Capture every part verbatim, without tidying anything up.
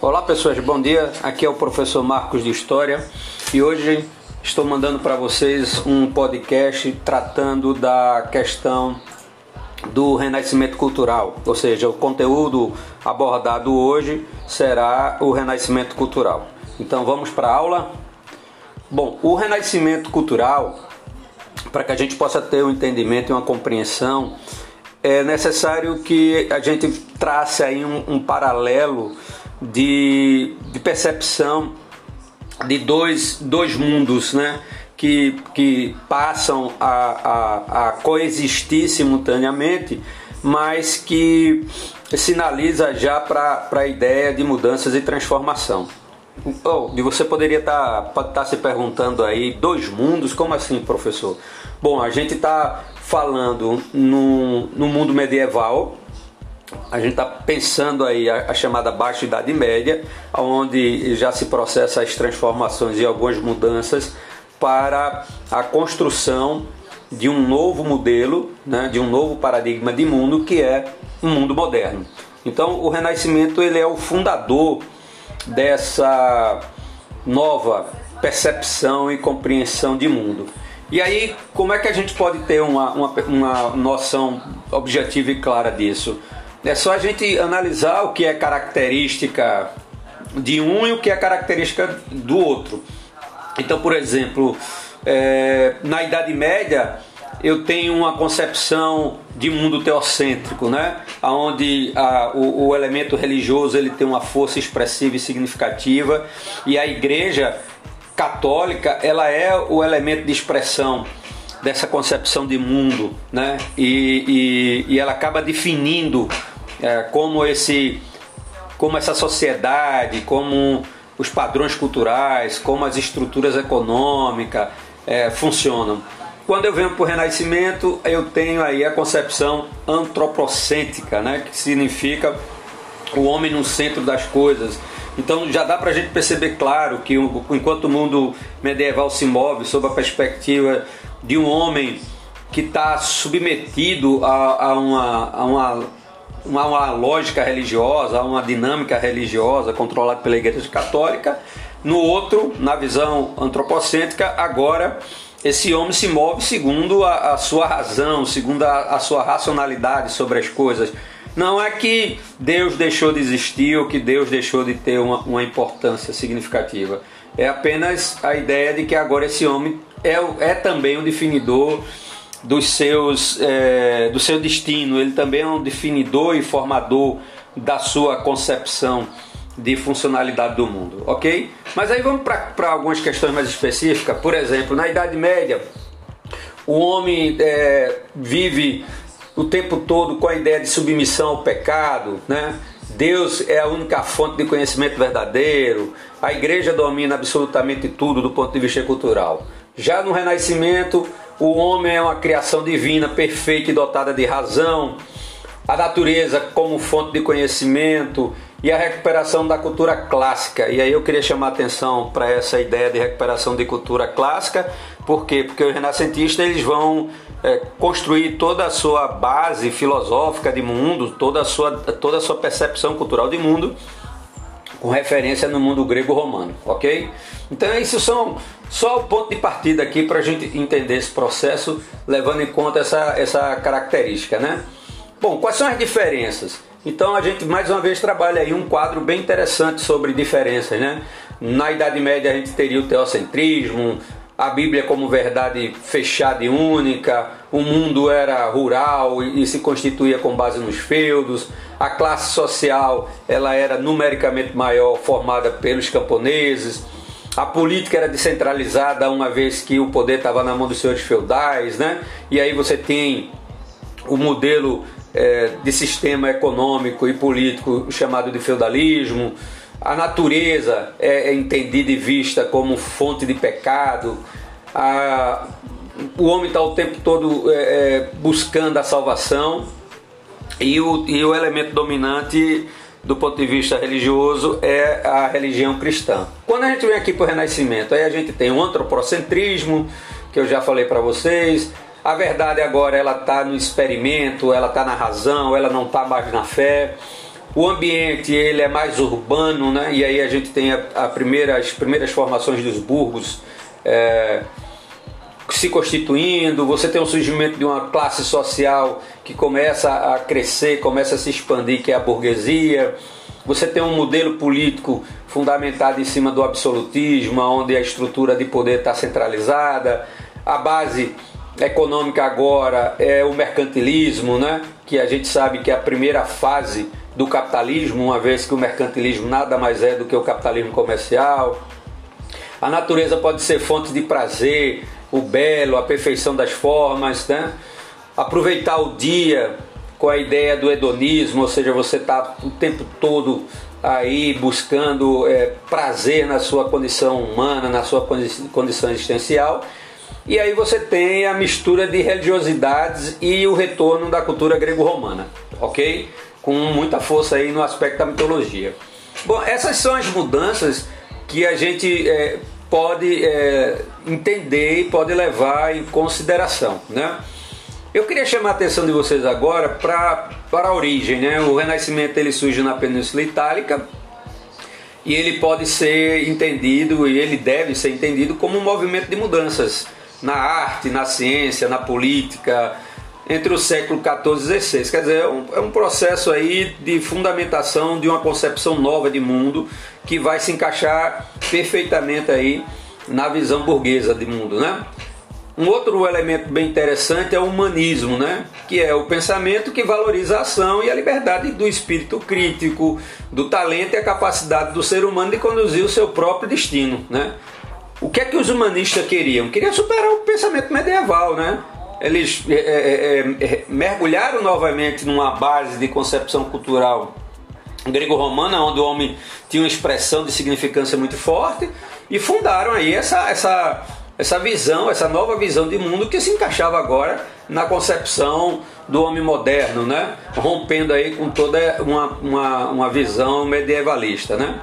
Olá pessoas, bom dia, aqui é o professor Marcos de História e hoje estou mandando para vocês um podcast tratando da questão do renascimento cultural, ou seja, o conteúdo abordado hoje será o renascimento cultural. Então vamos para a aula? Bom, o renascimento cultural, para que a gente possa ter um entendimento e uma compreensão, é necessário que a gente trace aí um, um paralelo de, de percepção de dois, dois mundos, né, que, que passam a, a, a coexistir simultaneamente, mas que sinaliza já para a ideia de mudanças e transformação. Oh, e você poderia estar tá, tá se perguntando aí, dois mundos? Como assim, professor? Bom, a gente está falando no, no mundo medieval. A gente está pensando aí a, a chamada Baixa Idade Média, onde já se processa as transformações e algumas mudanças para a construção de um novo modelo, né, de um novo paradigma de mundo, que é um mundo moderno. Então o Renascimento ele é o fundador dessa nova percepção e compreensão de mundo. E aí, como é que a gente pode ter uma, uma, uma noção objetiva e clara disso? É só a gente analisar o que é característica de um e o que é característica do outro. Então, por exemplo, é, na Idade Média eu tenho uma concepção de mundo teocêntrico, né? Onde a, o, o elemento religioso ele tem uma força expressiva e significativa, e a Igreja Católica ela é o elemento de expressão dessa concepção de mundo, né? E, e, e ela acaba definindo é, como, esse, como essa sociedade, como os padrões culturais, como as estruturas econômicas é, funcionam. Quando eu venho para o Renascimento, eu tenho aí a concepção antropocêntrica, né? Que significa o homem no centro das coisas. Então já dá para a gente perceber claro que enquanto o mundo medieval se move sob a perspectiva de um homem que está submetido a, a, uma, a uma, uma, uma lógica religiosa, a uma dinâmica religiosa controlada pela Igreja Católica, no outro, na visão antropocêntrica, agora esse homem se move segundo a, a sua razão, segundo a, a sua racionalidade sobre as coisas. Não é que Deus deixou de existir ou que Deus deixou de ter uma, uma importância significativa. É apenas a ideia de que agora esse homem é, é também um definidor dos seus, é, do seu destino. Ele também é um definidor e formador da sua concepção de funcionalidade do mundo, ok? Mas aí vamos para algumas questões mais específicas. Por exemplo, na Idade Média, o homem é, vive o tempo todo com a ideia de submissão ao pecado, né? Deus é a única fonte de conhecimento verdadeiro, a Igreja domina absolutamente tudo do ponto de vista cultural. Já no Renascimento, o homem é uma criação divina, perfeita e dotada de razão, a natureza como fonte de conhecimento e a recuperação da cultura clássica. E aí eu queria chamar a atenção para essa ideia de recuperação de cultura clássica. Por quê? Porque os renascentistas eles vão é, construir toda a sua base filosófica de mundo, toda a sua, toda a sua percepção cultural de mundo com referência no mundo grego-romano, ok? Então isso são só o ponto de partida aqui para a gente entender esse processo, levando em conta essa, essa característica, né? Bom, quais são as diferenças? Então a gente mais uma vez trabalha aí um quadro bem interessante sobre diferenças, né? Na Idade Média a gente teria o teocentrismo, a Bíblia como verdade fechada e única, o mundo era rural e, e se constituía com base nos feudos, a classe social ela era numericamente maior, formada pelos camponeses, a política era descentralizada, uma vez que o poder estava na mão dos senhores feudais, né? E aí você tem o modelo é, de sistema econômico e político chamado de feudalismo. A natureza é, é entendida e vista como fonte de pecado. A, o homem está o tempo todo é, é, buscando a salvação, e o, e o elemento dominante do ponto de vista religioso é a religião cristã. Quando a gente vem aqui para o Renascimento, aí a gente tem o antropocentrismo, que eu já falei para vocês. A verdade agora ela está no experimento, ela está na razão, ela não está mais na fé. O ambiente ele é mais urbano, né? E aí a gente tem a, a primeira, as primeiras formações dos burgos é, se constituindo. Você tem o surgimento de uma classe social que começa a crescer, começa a se expandir, que é a burguesia. Você tem um modelo político fundamentado em cima do absolutismo, onde a estrutura de poder está centralizada. A base econômica agora é o mercantilismo, né? Que a gente sabe que é a primeira fase do capitalismo, uma vez que o mercantilismo nada mais é do que o capitalismo comercial. A natureza pode ser fonte de prazer, o belo, a perfeição das formas, né? Aproveitar o dia com a ideia do hedonismo, ou seja, você está o tempo todo aí buscando é, prazer na sua condição humana, na sua condição existencial. E aí você tem a mistura de religiosidades e o retorno da cultura grego-romana, ok? Com muita força aí no aspecto da mitologia. Bom, essas são as mudanças que a gente é, pode é, entender e pode levar em consideração, né? Eu queria chamar a atenção de vocês agora pra, para a origem, né? O Renascimento ele surge na Península Itálica e ele pode ser entendido, e ele deve ser entendido como um movimento de mudanças na arte, na ciência, na política, entre o século quatorze e dezesseis. Quer dizer, é um, é um processo aí de fundamentação de uma concepção nova de mundo que vai se encaixar perfeitamente aí na visão burguesa de mundo, né? Um outro elemento bem interessante é o humanismo, né? Que é o pensamento que valoriza a ação e a liberdade do espírito crítico, do talento e a capacidade do ser humano de conduzir o seu próprio destino, né? O que é que os humanistas queriam? Queriam superar o pensamento medieval, né? Eles é, é, é, mergulharam novamente numa base de concepção cultural grego-romana, onde o homem tinha uma expressão de significância muito forte, e fundaram aí essa, essa, essa visão, essa nova visão de mundo que se encaixava agora na concepção do homem moderno, né? Rompendo aí com toda uma, uma, uma visão medievalista, né?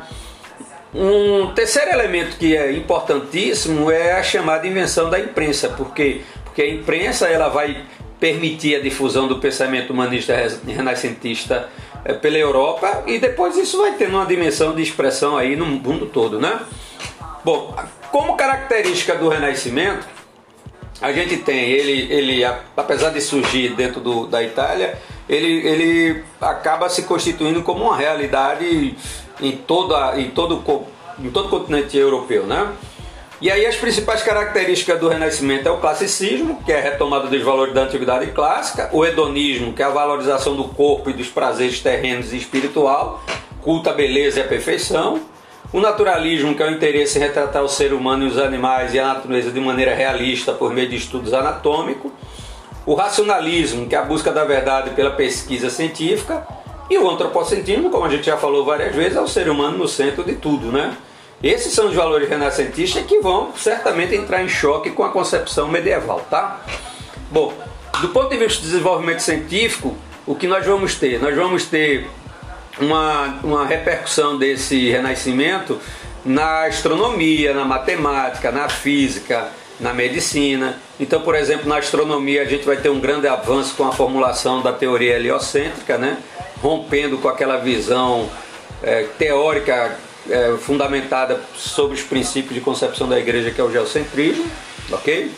Um terceiro elemento que é importantíssimo é a chamada invenção da imprensa, porque, porque a imprensa ela vai permitir a difusão do pensamento humanista renascentista pela Europa, e depois isso vai ter uma dimensão de expressão aí no mundo todo, né? Bom, como característica do Renascimento, a gente tem ele, ele apesar de surgir dentro do, da Itália, ele, ele acaba se constituindo como uma realidade em, toda, em, todo, em todo o continente europeu, né? E aí as principais características do Renascimento é o classicismo, que é a retomada dos valores da antiguidade clássica, o hedonismo, que é a valorização do corpo e dos prazeres terrenos e espiritual, culto à beleza e à perfeição, o naturalismo, que é o interesse em retratar o ser humano e os animais e a natureza de maneira realista por meio de estudos anatômicos, o racionalismo, que é a busca da verdade pela pesquisa científica, e o antropocentrismo, como a gente já falou várias vezes, é o ser humano no centro de tudo, né? Esses são os valores renascentistas que vão certamente entrar em choque com a concepção medieval, tá? Bom, do ponto de vista do desenvolvimento científico, o que nós vamos ter? Nós vamos ter uma, uma repercussão desse renascimento na astronomia, na matemática, na física, na medicina. Então, por exemplo, na astronomia a gente vai ter um grande avanço com a formulação da teoria heliocêntrica, né? Rompendo com aquela visão é, teórica É, fundamentada sobre os princípios de concepção da igreja, que é o geocentrismo, ok?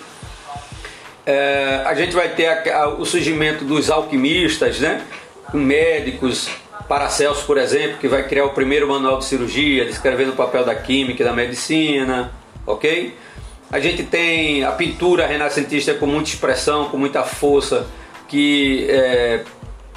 É, a gente vai ter a, a, o surgimento dos alquimistas, né? Médicos, Paracelso, por exemplo, que vai criar o primeiro manual de cirurgia, descrevendo o papel da química e da medicina, ok? A gente tem a pintura renascentista com muita expressão, com muita força, que é,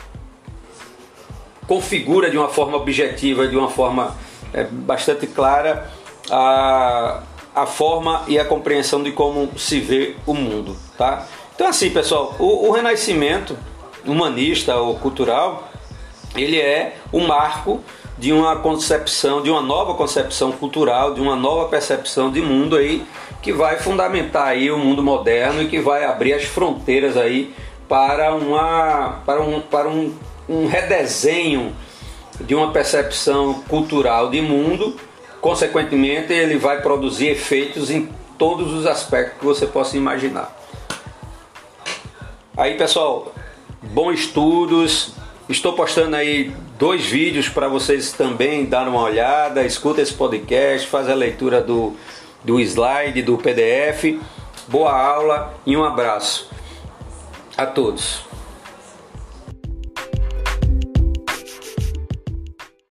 configura de uma forma objetiva, de uma forma é bastante clara a, a forma e a compreensão de como se vê o mundo, tá? Então assim, pessoal, o, o Renascimento humanista ou cultural, ele é o marco de uma concepção, de uma nova concepção cultural, de uma nova percepção de mundo aí, que vai fundamentar aí o mundo moderno e que vai abrir as fronteiras aí para, uma, para, um, para um, um redesenho de uma percepção cultural de mundo. Consequentemente, ele vai produzir efeitos em todos os aspectos que você possa imaginar. Aí, pessoal, bons estudos, Estou postando aí dois vídeos para vocês também darem uma olhada. Escuta esse podcast, faz a leitura do, do slide, do P D F. Boa aula e um abraço a todos.